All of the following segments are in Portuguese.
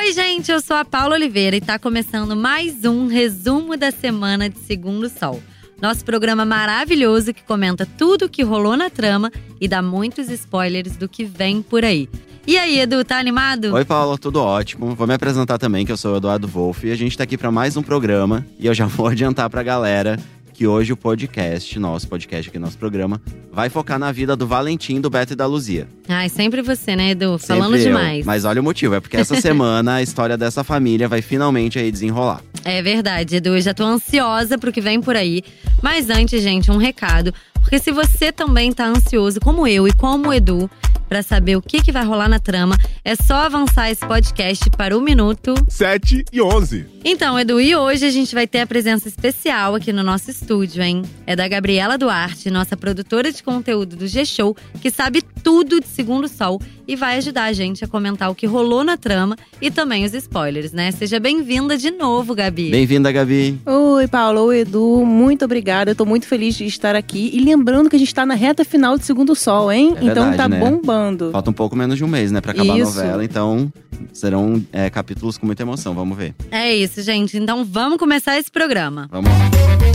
Oi, gente, eu sou a Paula Oliveira e tá começando mais um resumo da semana de Segundo Sol. Nosso programa maravilhoso que comenta tudo o que rolou na trama e dá muitos spoilers do que vem por aí. E aí, Edu, tá animado? Oi, Paula, tudo ótimo. Vou me apresentar também, que eu sou o Eduardo Wolff. E a gente tá aqui pra mais um programa. E eu já vou adiantar pra galera que hoje o podcast, nosso programa, vai focar na vida do Valentim, do Beto e da Luzia. Ai, sempre você, né, Edu? Falando sempre demais. Mas olha o motivo, é porque essa semana a história dessa família vai finalmente aí desenrolar. É verdade, Edu, eu já tô ansiosa pro que vem por aí. Mas antes, gente, um recado. Porque se você também tá ansioso, como eu e como o Edu, pra saber o que vai rolar na trama, é só avançar esse podcast para o minuto 7 e 11. Então, Edu, e hoje a gente vai ter a presença especial aqui no nosso estúdio, hein? É da Gabriela Duarte, nossa produtora de conteúdo do G-Show, que sabe tudo de Segundo Sol e vai ajudar a gente a comentar o que rolou na trama e também os spoilers, né? Seja bem-vinda de novo, Gabi. Bem-vinda, Gabi. Oi, Paula. Oi, Edu. Muito obrigada. Eu tô muito feliz de estar aqui. E lembrando que a gente tá na reta final de Segundo Sol, hein? É verdade, então tá né? bombando. Falta um pouco menos de um mês, né, pra acabar Isso. a novela. Então, serão capítulos com muita emoção. Vamos ver. É isso, gente. Então vamos começar esse programa. Vamos lá.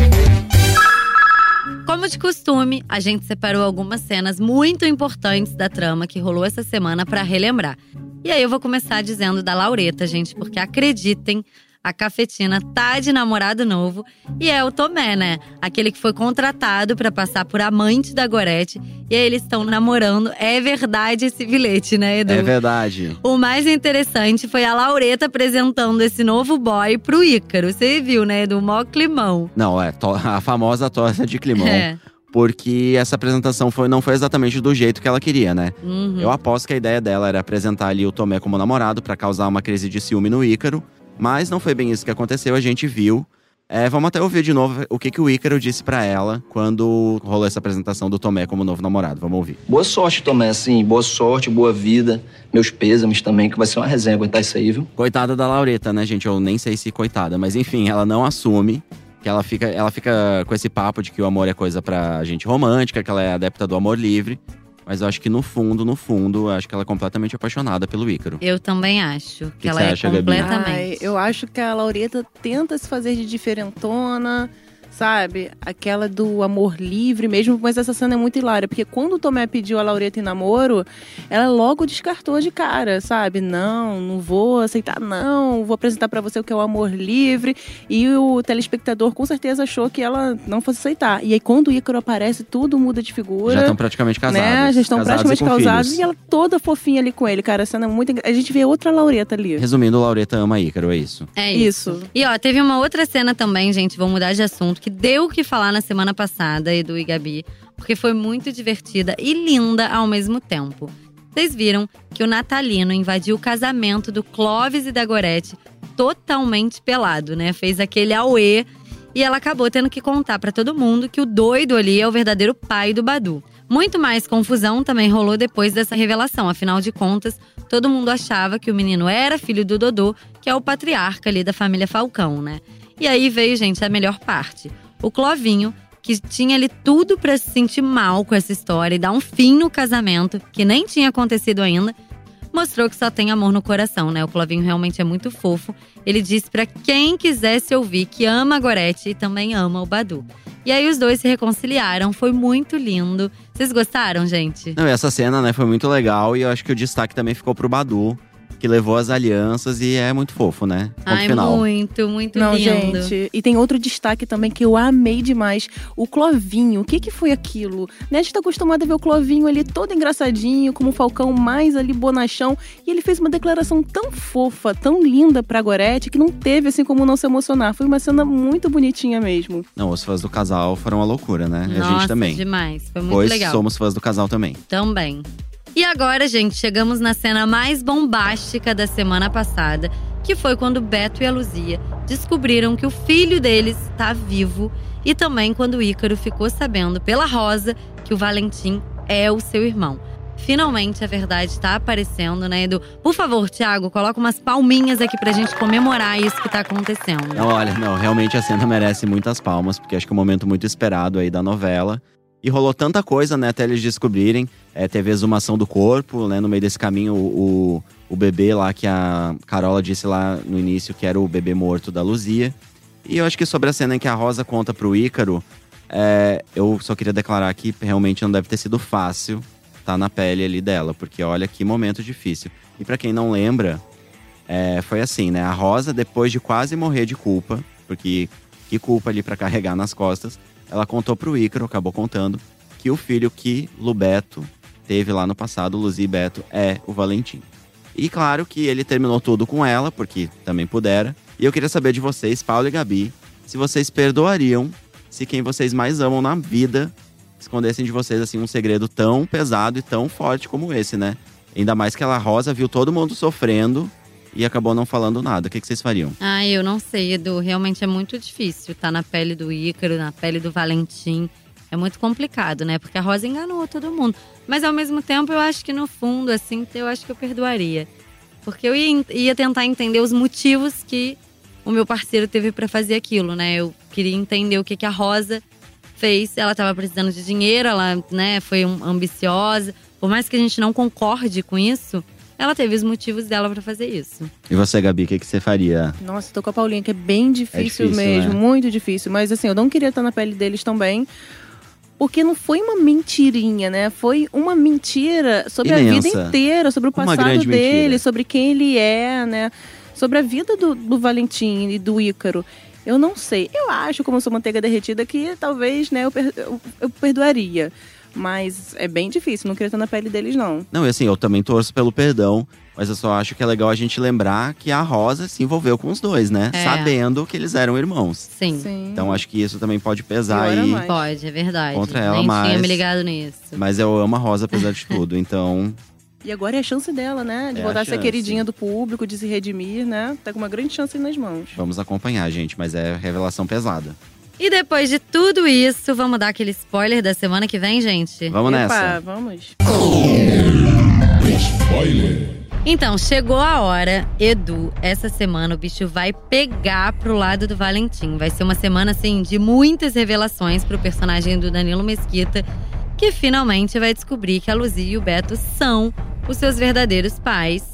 Como de costume, a gente separou algumas cenas muito importantes da trama que rolou essa semana pra relembrar. E aí eu vou começar dizendo da Laureta, gente, porque acreditem, a Cafetina tá de namorado novo e é o Tomé, né? Aquele que foi contratado pra passar por amante da Gorete. E aí eles estão namorando. É verdade esse bilhete, né, Edu? É verdade. O mais interessante foi a Laureta apresentando esse novo boy pro Ícaro. Você viu, né, Edu? Mó climão. Não, a famosa torta de climão. É. Porque essa apresentação não foi exatamente do jeito que ela queria, né? Uhum. Eu aposto que a ideia dela era apresentar ali o Tomé como namorado pra causar uma crise de ciúme no Ícaro. Mas não foi bem isso que aconteceu, a gente viu. Vamos até ouvir de novo o que o Ícaro disse pra ela quando rolou essa apresentação do Tomé como novo namorado. Vamos ouvir. Boa sorte, Tomé, assim, boa sorte, boa vida. Meus pêsames também, que vai ser uma resenha aguentar isso aí, viu? Coitada da Laureta, né, gente? Eu nem sei se coitada, mas enfim, ela não assume. Que ela fica com esse papo de que o amor é coisa pra gente romântica, que ela é adepta do amor livre. Mas eu acho que no fundo, acho que ela é completamente apaixonada pelo Ícaro. Eu também acho que ela você é acha, Gabi? completamente. Eu acho que a Laureta tenta se fazer de diferentona, sabe? Aquela do amor livre mesmo, mas essa cena é muito hilária. Porque quando o Tomé pediu a Laureta em namoro, ela logo descartou de cara, sabe? Não vou aceitar, não. Vou apresentar pra você o que é o amor livre. E o telespectador com certeza achou que ela não fosse aceitar. E aí quando o Ícaro aparece, tudo muda de figura. Já estão praticamente casados. Né? Já estão praticamente casados. Filhos. E ela toda fofinha ali com ele, cara. A cena é muito… A gente vê outra Laureta ali. Resumindo, Laureta ama Ícaro, é isso. É isso. E ó, teve uma outra cena também, gente, vou mudar de assunto, que deu o que falar na semana passada, Edu e Gabi, porque foi muito divertida e linda ao mesmo tempo. Vocês viram que o Natalino invadiu o casamento do Clóvis e da Gorete totalmente pelado, né? Fez aquele auê e ela acabou tendo que contar pra todo mundo que o doido ali é o verdadeiro pai do Badu. Muito mais confusão também rolou depois dessa revelação. Afinal de contas, todo mundo achava que o menino era filho do Dodô, que é o patriarca ali da família Falcão, né? E aí veio, gente, a melhor parte. O Clovinho, que tinha ali tudo pra se sentir mal com essa história e dar um fim no casamento, que nem tinha acontecido ainda, mostrou que só tem amor no coração, né? O Clovinho realmente é muito fofo. Ele disse pra quem quisesse ouvir que ama a Gorete e também ama o Badu. E aí os dois se reconciliaram, foi muito lindo. Vocês gostaram, gente? Não, essa cena, né, foi muito legal e eu acho que o destaque também ficou pro Badu, que levou as alianças e é muito fofo, né? Ponto Ai, final. muito lindo. Não, gente. E tem outro destaque também que eu amei demais. O Clovinho. O que foi aquilo? Né? A gente tá acostumado a ver o Clovinho ali todo engraçadinho, como o Falcão mais ali bonachão. E ele fez uma declaração tão fofa, tão linda pra Gorete, que não teve assim como não se emocionar. Foi uma cena muito bonitinha mesmo. Não, os fãs do casal foram uma loucura, né? E a gente também. Demais. Foi muito Pois legal. somos fãs do casal também. Também. E agora, gente, chegamos na cena mais bombástica da semana passada, que foi quando Beto e a Luzia descobriram que o filho deles está vivo e também quando o Ícaro ficou sabendo pela Rosa que o Valentim é o seu irmão. Finalmente a verdade tá aparecendo, né, Edu? Por favor, Thiago, coloca umas palminhas aqui pra gente comemorar isso que tá acontecendo. Não, olha, não, realmente a cena merece muitas palmas, porque acho que é um momento muito esperado aí da novela. E rolou tanta coisa, né, até eles descobrirem. Teve exumação do corpo, né, no meio desse caminho, o bebê lá que a Carola disse lá no início que era o bebê morto da Luzia. E eu acho que sobre a cena em que a Rosa conta pro Ícaro, eu só queria declarar que realmente não deve ter sido fácil tá na pele ali dela, porque olha que momento difícil. E pra quem não lembra, foi assim, né, a Rosa, depois de quase morrer de culpa, porque que culpa ali pra carregar nas costas, ela contou pro Ícaro, acabou contando, que o filho que Lubeto teve lá no passado, Luzia e Beto, é o Valentim. E claro que ele terminou tudo com ela, porque também pudera. E eu queria saber de vocês, Paulo e Gabi, se vocês perdoariam se quem vocês mais amam na vida escondessem de vocês assim um segredo tão pesado e tão forte como esse, né? Ainda mais que a Rosa viu todo mundo sofrendo e acabou não falando nada. O que vocês fariam? Eu não sei, Edu. Realmente é muito difícil estar na pele do Ícaro, na pele do Valentim. É muito complicado, né? Porque a Rosa enganou todo mundo. Mas ao mesmo tempo, eu acho que no fundo, assim, eu acho que eu perdoaria. Porque eu ia tentar entender os motivos que o meu parceiro teve pra fazer aquilo, né? Eu queria entender o que a Rosa fez. Ela tava precisando de dinheiro, ela, né, foi ambiciosa. Por mais que a gente não concorde com isso, ela teve os motivos dela pra fazer isso. E você, Gabi, o que você faria? Nossa, tô com a Paulinha, que é bem difícil, difícil mesmo, né? Muito difícil. Mas assim, eu não queria estar na pele deles também. Porque não foi uma mentirinha, né? Foi uma mentira sobre Imensa. A vida inteira, sobre o passado grande dele, mentira. sobre quem ele é, né? Sobre a vida do Valentim e do Ícaro. Eu não sei. Eu acho, como eu sou manteiga derretida, que talvez, né, eu perdoaria. Mas é bem difícil, não queria estar na pele deles, não. Não, e assim, eu também torço pelo perdão. Mas eu só acho que é legal a gente lembrar que a Rosa se envolveu com os dois, né? Sabendo que eles eram irmãos. Sim. Então acho que isso também pode pesar Piora aí. mais. Pode, é verdade. Contra ela, Nem mas- tinha me ligado nisso. Mas eu amo a Rosa apesar de tudo, então… E agora é a chance dela, né? De É voltar a a ser chance. queridinha do público, de se redimir, né? Tá com uma grande chance aí nas mãos. Vamos acompanhar, gente. Mas é revelação pesada. E depois de tudo isso, vamos dar aquele spoiler da semana que vem, gente? Vamos Epa, nessa. vamos. Então, chegou a hora, Edu, essa semana o bicho vai pegar pro lado do Valentim. Vai ser uma semana, assim, de muitas revelações pro personagem do Danilo Mesquita, que finalmente vai descobrir que a Luzia e o Beto são os seus verdadeiros pais.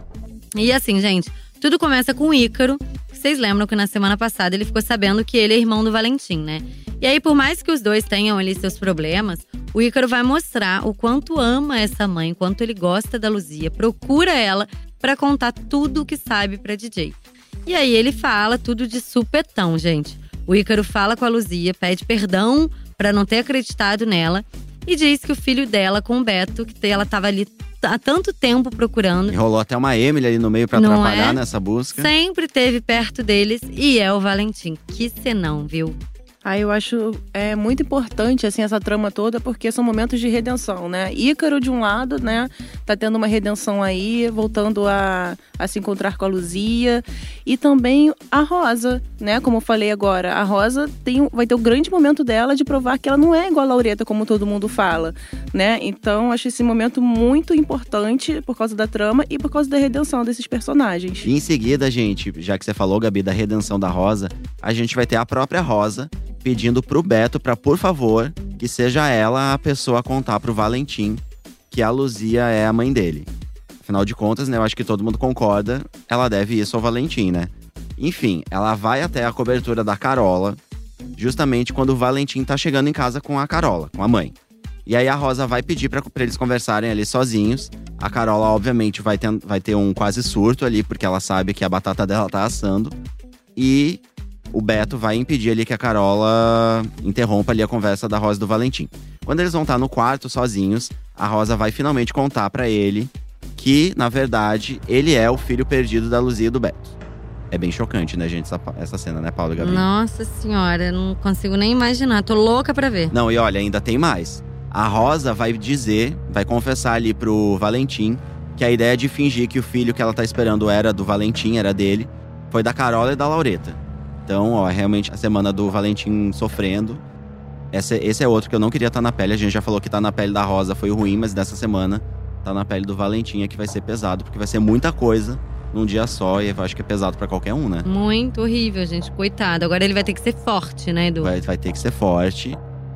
E assim, gente, tudo começa com o Ícaro. Vocês lembram que na semana passada ele ficou sabendo que ele é irmão do Valentim, né? E aí, por mais que os dois tenham ali seus problemas, o Ícaro vai mostrar o quanto ama essa mãe, quanto ele gosta da Luzia, procura ela pra contar tudo o que sabe pra DJ. E aí ele fala tudo de supetão, gente. O Ícaro fala com a Luzia, pede perdão pra não ter acreditado nela e diz que o filho dela com o Beto, que ela tava ali há tanto tempo procurando, E rolou até uma Emily ali no meio pra Não atrapalhar é? nessa busca. sempre esteve perto deles e é o Valentim. Que senão, viu? Eu acho muito importante, assim, essa trama toda, porque são momentos de redenção, né? Ícaro, de um lado, né, tá tendo uma redenção aí, voltando a se encontrar com a Luzia. E também a Rosa, né? Como eu falei agora, a Rosa vai ter o grande momento dela de provar que ela não é igual a Laureta, como todo mundo fala, né? Então, acho esse momento muito importante por causa da trama e por causa da redenção desses personagens. E em seguida, gente, já que você falou, Gabi, da redenção da Rosa, a gente vai ter a própria Rosa pedindo pro Beto pra, por favor, que seja ela a pessoa a contar pro Valentim que a Luzia é a mãe dele. Afinal de contas, né, eu acho que todo mundo concorda, ela deve isso ao Valentim, né? Enfim, ela vai até a cobertura da Carola, justamente quando o Valentim tá chegando em casa com a Carola, com a mãe. E aí a Rosa vai pedir pra eles conversarem ali sozinhos. A Carola, obviamente, vai ter um quase surto ali, porque ela sabe que a batata dela tá assando. E o Beto vai impedir ali que a Carola interrompa ali a conversa da Rosa e do Valentim. Quando eles vão estar no quarto sozinhos, a Rosa vai finalmente contar pra ele que, na verdade, ele é o filho perdido da Luzia e do Beto. É bem chocante, né, gente, essa cena, né, Paulo e Gabi? Nossa senhora, eu não consigo nem imaginar. Tô louca pra ver. Não, e olha, ainda tem mais. A Rosa vai confessar ali pro Valentim que a ideia de fingir que o filho que ela tá esperando era do Valentim, era dele, foi da Carola e da Laureta. Então, ó, realmente a semana do Valentim sofrendo. Esse é outro que eu não queria estar na pele. A gente já falou que tá na pele da Rosa foi ruim, mas dessa semana tá na pele do Valentim, que vai ser pesado, porque vai ser muita coisa num dia só. E eu acho que é pesado pra qualquer um, né? Muito horrível, gente. Coitado. Agora ele vai ter que ser forte, né, Edu? Vai ter que ser forte.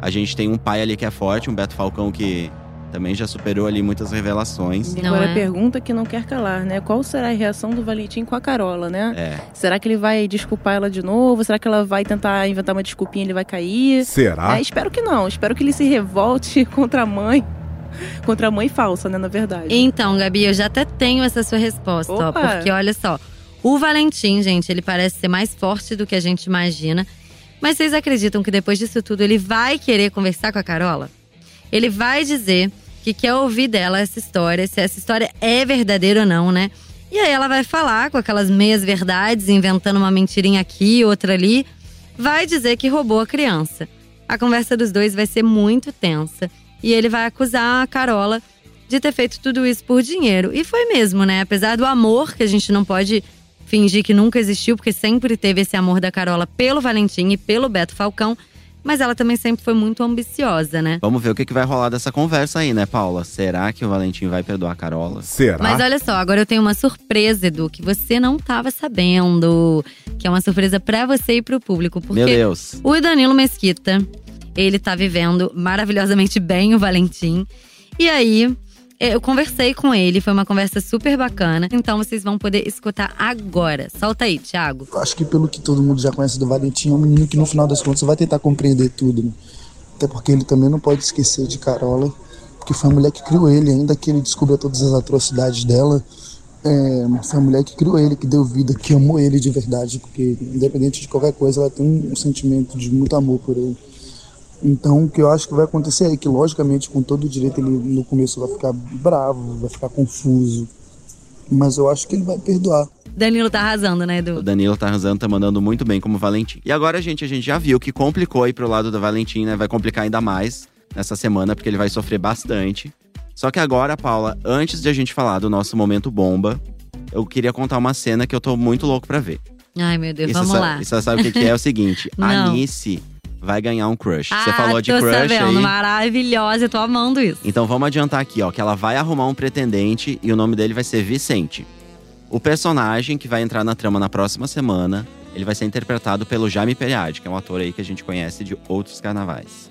A gente tem um pai ali que é forte, um Beto Falcão que também já superou ali muitas revelações. E agora a pergunta que não quer calar, né? Qual será a reação do Valentim com a Carola, né? Será que ele vai desculpar ela de novo? Será que ela vai tentar inventar uma desculpinha e ele vai cair? Será? Espero que não. Espero que ele se revolte contra a mãe. Contra a mãe falsa, né, na verdade. Então, Gabi, eu já até tenho essa sua resposta, ó. Porque olha só, o Valentim, gente, ele parece ser mais forte do que a gente imagina. Mas vocês acreditam que depois disso tudo ele vai querer conversar com a Carola? Ele vai dizer que quer ouvir dela essa história, se essa história é verdadeira ou não, né? E aí ela vai falar com aquelas meias verdades, inventando uma mentirinha aqui, outra ali. Vai dizer que roubou a criança. A conversa dos dois vai ser muito tensa. E ele vai acusar a Carola de ter feito tudo isso por dinheiro. E foi mesmo, né? Apesar do amor, que a gente não pode fingir que nunca existiu, porque sempre teve esse amor da Carola pelo Valentim e pelo Beto Falcão. Mas ela também sempre foi muito ambiciosa, né? Vamos ver o que vai rolar dessa conversa aí, né, Paula? Será que o Valentim vai perdoar a Carola? Será? Mas olha só, agora eu tenho uma surpresa, Edu, que você não estava sabendo. Que é uma surpresa pra você e pro público. Porque Meu Deus. O Danilo Mesquita, ele tá vivendo maravilhosamente bem o Valentim. E aí, eu conversei com ele, foi uma conversa super bacana. Então vocês vão poder escutar agora. Solta aí, Thiago. Acho que pelo que todo mundo já conhece do Valentim, é um menino que no final das contas vai tentar compreender tudo, né? Até porque ele também não pode esquecer de Carola, porque foi a mulher que criou ele, ainda que ele descubra todas as atrocidades dela. Foi a mulher que criou ele, que deu vida, que amou ele de verdade, porque independente de qualquer coisa, ela tem um sentimento de muito amor por ele. Então, o que eu acho que vai acontecer é que, logicamente, com todo o direito, ele no começo vai ficar bravo, vai ficar confuso. Mas eu acho que ele vai perdoar. Danilo tá arrasando, né, Edu? O Danilo tá arrasando, tá mandando muito bem como Valentim. E agora, a gente já viu que complicou aí pro lado do Valentim, né? Vai complicar ainda mais nessa semana, porque ele vai sofrer bastante. Só que agora, Paula, antes de a gente falar do nosso momento bomba, eu queria contar uma cena que eu tô muito louco pra ver. Ai, meu Deus, vamos lá. E você sabe o que é? É o seguinte, a Nice vai ganhar um crush. Você falou de crush sabendo, aí. Maravilhosa, eu tô amando isso. Então vamos adiantar aqui, ó, que ela vai arrumar um pretendente e o nome dele vai ser Vicente. O personagem que vai entrar na trama na próxima semana, ele vai ser interpretado pelo Jaime Periade, que é um ator aí que a gente conhece de outros carnavais.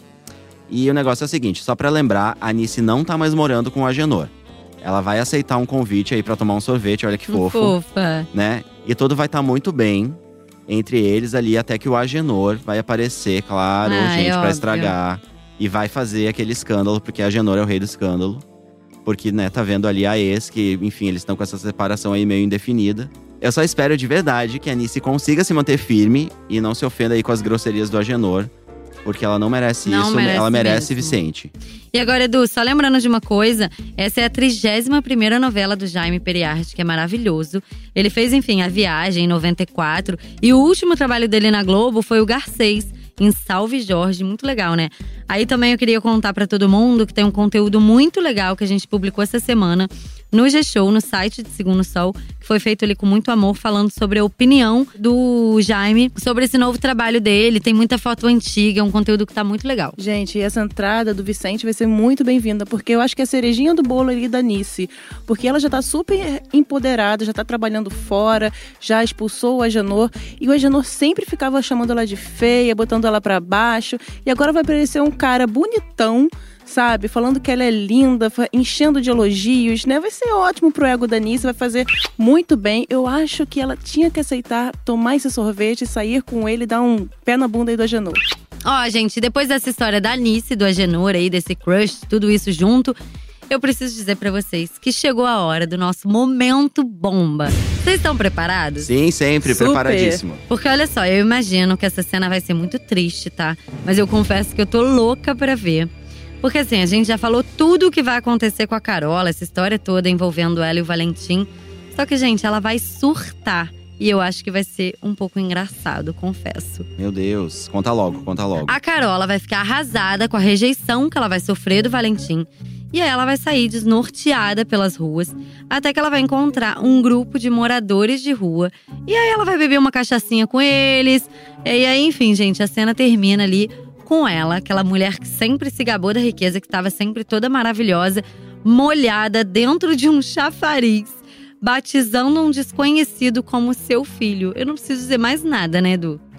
E o negócio é o seguinte, só pra lembrar, a Nice não tá mais morando com o Agenor. Ela vai aceitar um convite aí pra tomar um sorvete, olha que fofo. Fofa. Né? E tudo vai estar muito bem entre eles ali, até que o Agenor vai aparecer, claro, gente, pra estragar. E vai fazer aquele escândalo, porque a Agenor é o rei do escândalo. Porque, né, tá vendo ali a ex, que, enfim, eles estão com essa separação aí meio indefinida. Eu só espero de verdade que a Nice consiga se manter firme e não se ofenda aí com as grosserias do Agenor. Porque ela não merece isso, ela merece mesmo. Vicente. E agora, Edu, só lembrando de uma coisa. Essa é a 31ª novela do Jaime Periarte, que é maravilhoso. Ele fez, enfim, A Viagem, em 94. E o último trabalho dele na Globo foi o Garcês, em Salve Jorge. Muito legal, né? Aí também eu queria contar pra todo mundo que tem um conteúdo muito legal que a gente publicou essa semana no G-Show, no site de Segundo Sol, que foi feito ali com muito amor, falando sobre a opinião do Jaime sobre esse novo trabalho dele. Tem muita foto antiga, é um conteúdo que tá muito legal. Gente, essa entrada do Vicente vai ser muito bem-vinda, porque eu acho que é a cerejinha do bolo ali da Nice. Porque ela já tá super empoderada, já tá trabalhando fora, já expulsou o Agenor. E o Agenor sempre ficava chamando ela de feia, botando ela pra baixo. E agora vai aparecer um cara bonitão, sabe? Falando que ela é linda, enchendo de elogios, né? Vai ser ótimo pro ego da Nice, vai fazer muito bem. Eu acho que ela tinha que aceitar tomar esse sorvete, sair com ele e dar um pé na bunda aí do Agenor. Ó, gente, depois dessa história da Nice, do Agenor aí, desse crush, tudo isso junto, eu preciso dizer pra vocês que chegou a hora do nosso momento bomba. Vocês estão preparados? Sim, sempre, Super. Preparadíssimo. Porque olha só, eu imagino que essa cena vai ser muito triste, tá? Mas eu confesso que eu tô louca pra ver. Porque assim, a gente já falou tudo o que vai acontecer com a Carola, essa história toda envolvendo ela e o Valentim. Só que, gente, ela vai surtar. E eu acho que vai ser um pouco engraçado, confesso. Meu Deus, conta logo, conta logo. A Carola vai ficar arrasada com a rejeição que ela vai sofrer do Valentim. E aí ela vai sair desnorteada pelas ruas, até que ela vai encontrar um grupo de moradores de rua. E aí ela vai beber uma cachaçinha com eles. E aí, enfim, gente, a cena termina ali com ela, aquela mulher que sempre se gabou da riqueza, que estava sempre toda maravilhosa, molhada dentro de um chafariz, batizando um desconhecido como seu filho. Eu não preciso dizer mais nada, né, Edu?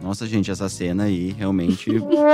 Nossa, gente, essa cena aí, realmente…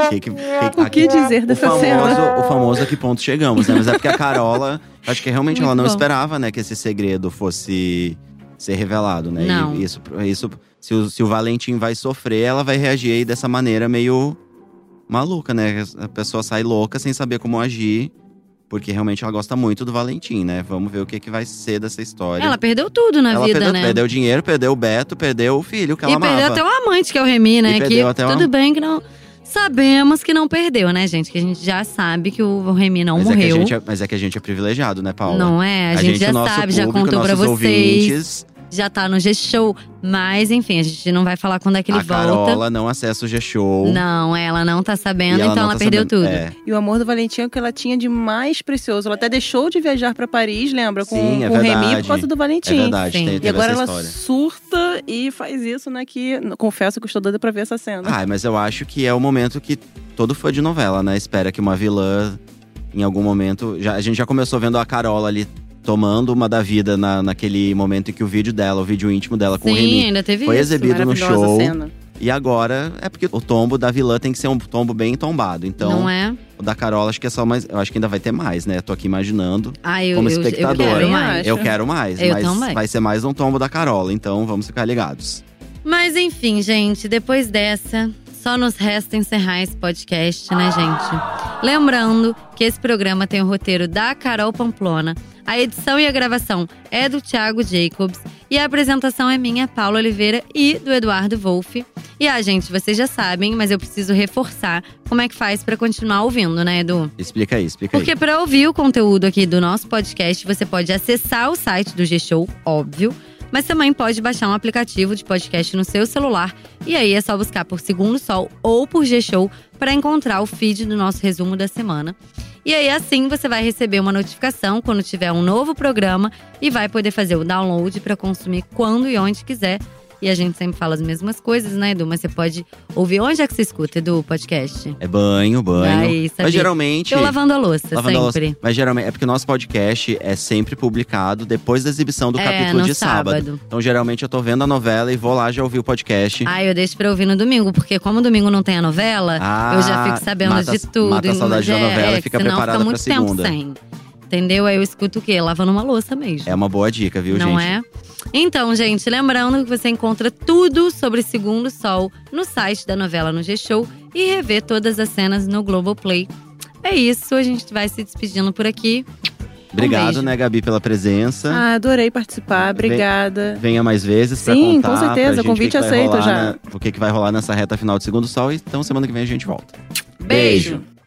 O que dizer dessa cena? O famoso a que ponto chegamos, né? Mas é porque a Carola, acho que realmente Muito ela não bom. esperava, né, que esse segredo fosse ser revelado, né? Não. E isso se o Valentim vai sofrer, ela vai reagir aí dessa maneira meio maluca, né? A pessoa sai louca sem saber como agir. Porque realmente ela gosta muito do Valentim, né? Vamos ver o que vai ser dessa história. Ela perdeu tudo na Ela vida, perdeu, né? perdeu o dinheiro, perdeu o Beto, perdeu o filho que ela E amava. perdeu até o amante, que é o Remy, né? E Que perdeu até o tudo bem que não… Sabemos que não perdeu, né, gente? Que a gente já sabe que o Remy não morreu. Mas é que a gente é privilegiado, né, Paula? Não é? A gente já o nosso sabe, já público, contou pra nossos vocês. ouvintes, Já tá no G-Show. Mas, enfim, a gente não vai falar quando é que ele a volta. Carola não acessa o G-Show. Não, ela não tá sabendo, E então não ela tá perdeu sabendo. tudo. É. E o amor do Valentim é o que ela tinha de mais precioso. Ela até deixou de viajar pra Paris, lembra? Sim, é com o Remy verdade. por causa do Valentim. É verdade, Sim. teve E agora essa ela história. surta e faz isso, né? Que confesso que eu estou doida pra ver essa cena. Mas eu acho que é o momento que todo fã de novela, né? Espera que uma vilã, em algum momento… a gente já começou vendo a Carola ali tomando uma da vida naquele momento em que o vídeo íntimo dela com o Sim, Remy ainda teve foi isso. exibido no Maravilhosa show. cena. E agora é porque o tombo da vilã tem que ser um tombo bem tombado. Então, Não é? o da Carola acho que é só mais… Eu acho que ainda vai ter mais, né? Tô aqui imaginando. Eu Como espectador, quero hein? mais. Eu quero mais, Eu mas também. vai ser mais um tombo da Carola. Então, vamos ficar ligados. Mas enfim, gente, depois dessa, só nos resta encerrar esse podcast, né, gente? Lembrando que esse programa tem o roteiro da Carol Pamplona, a edição e a gravação é do Thiago Jacobs e a apresentação é minha, Paula Oliveira, e do Eduardo Wolff. E gente, vocês já sabem, mas eu preciso reforçar como é que faz pra continuar ouvindo, né, Edu? Explica aí. Porque para ouvir o conteúdo aqui do nosso podcast, você pode acessar o site do G-Show, óbvio. Mas também pode baixar um aplicativo de podcast no seu celular. E aí é só buscar por Segundo Sol ou por G-Show para encontrar o feed do nosso resumo da semana. E aí assim você vai receber uma notificação quando tiver um novo programa e vai poder fazer o download para consumir quando e onde quiser. E a gente sempre fala as mesmas coisas, né, Edu? Mas você pode ouvir onde é que você escuta, Edu, o podcast? É banho. Ai, sabia. Mas geralmente… Eu lavando a louça, Lavando a louça. sempre. Mas geralmente é porque o nosso podcast é sempre publicado depois da exibição do capítulo no de sábado. Então, geralmente, eu tô vendo a novela e vou lá já ouvir o podcast. Eu deixo pra ouvir no domingo, porque como domingo não tem a novela, eu já fico sabendo de tudo. Mata a saudade da novela e fica senão preparada fica muito pra segunda. tempo sem. Entendeu? Aí eu escuto o quê? Lavando uma louça mesmo. É uma boa dica, viu, Não gente? é? Então, gente, lembrando que você encontra tudo sobre Segundo Sol no site da novela no G-Show e rever todas as cenas no Globoplay. É isso, a gente vai se despedindo por aqui. Obrigado, beijo. né, Gabi, pela presença. Adorei participar, obrigada. Venha mais vezes pra Sim, contar com certeza, pra gente convite o que vai aceito rolar já. o que vai rolar nessa reta final de Segundo Sol. Então, semana que vem a gente volta. Beijo.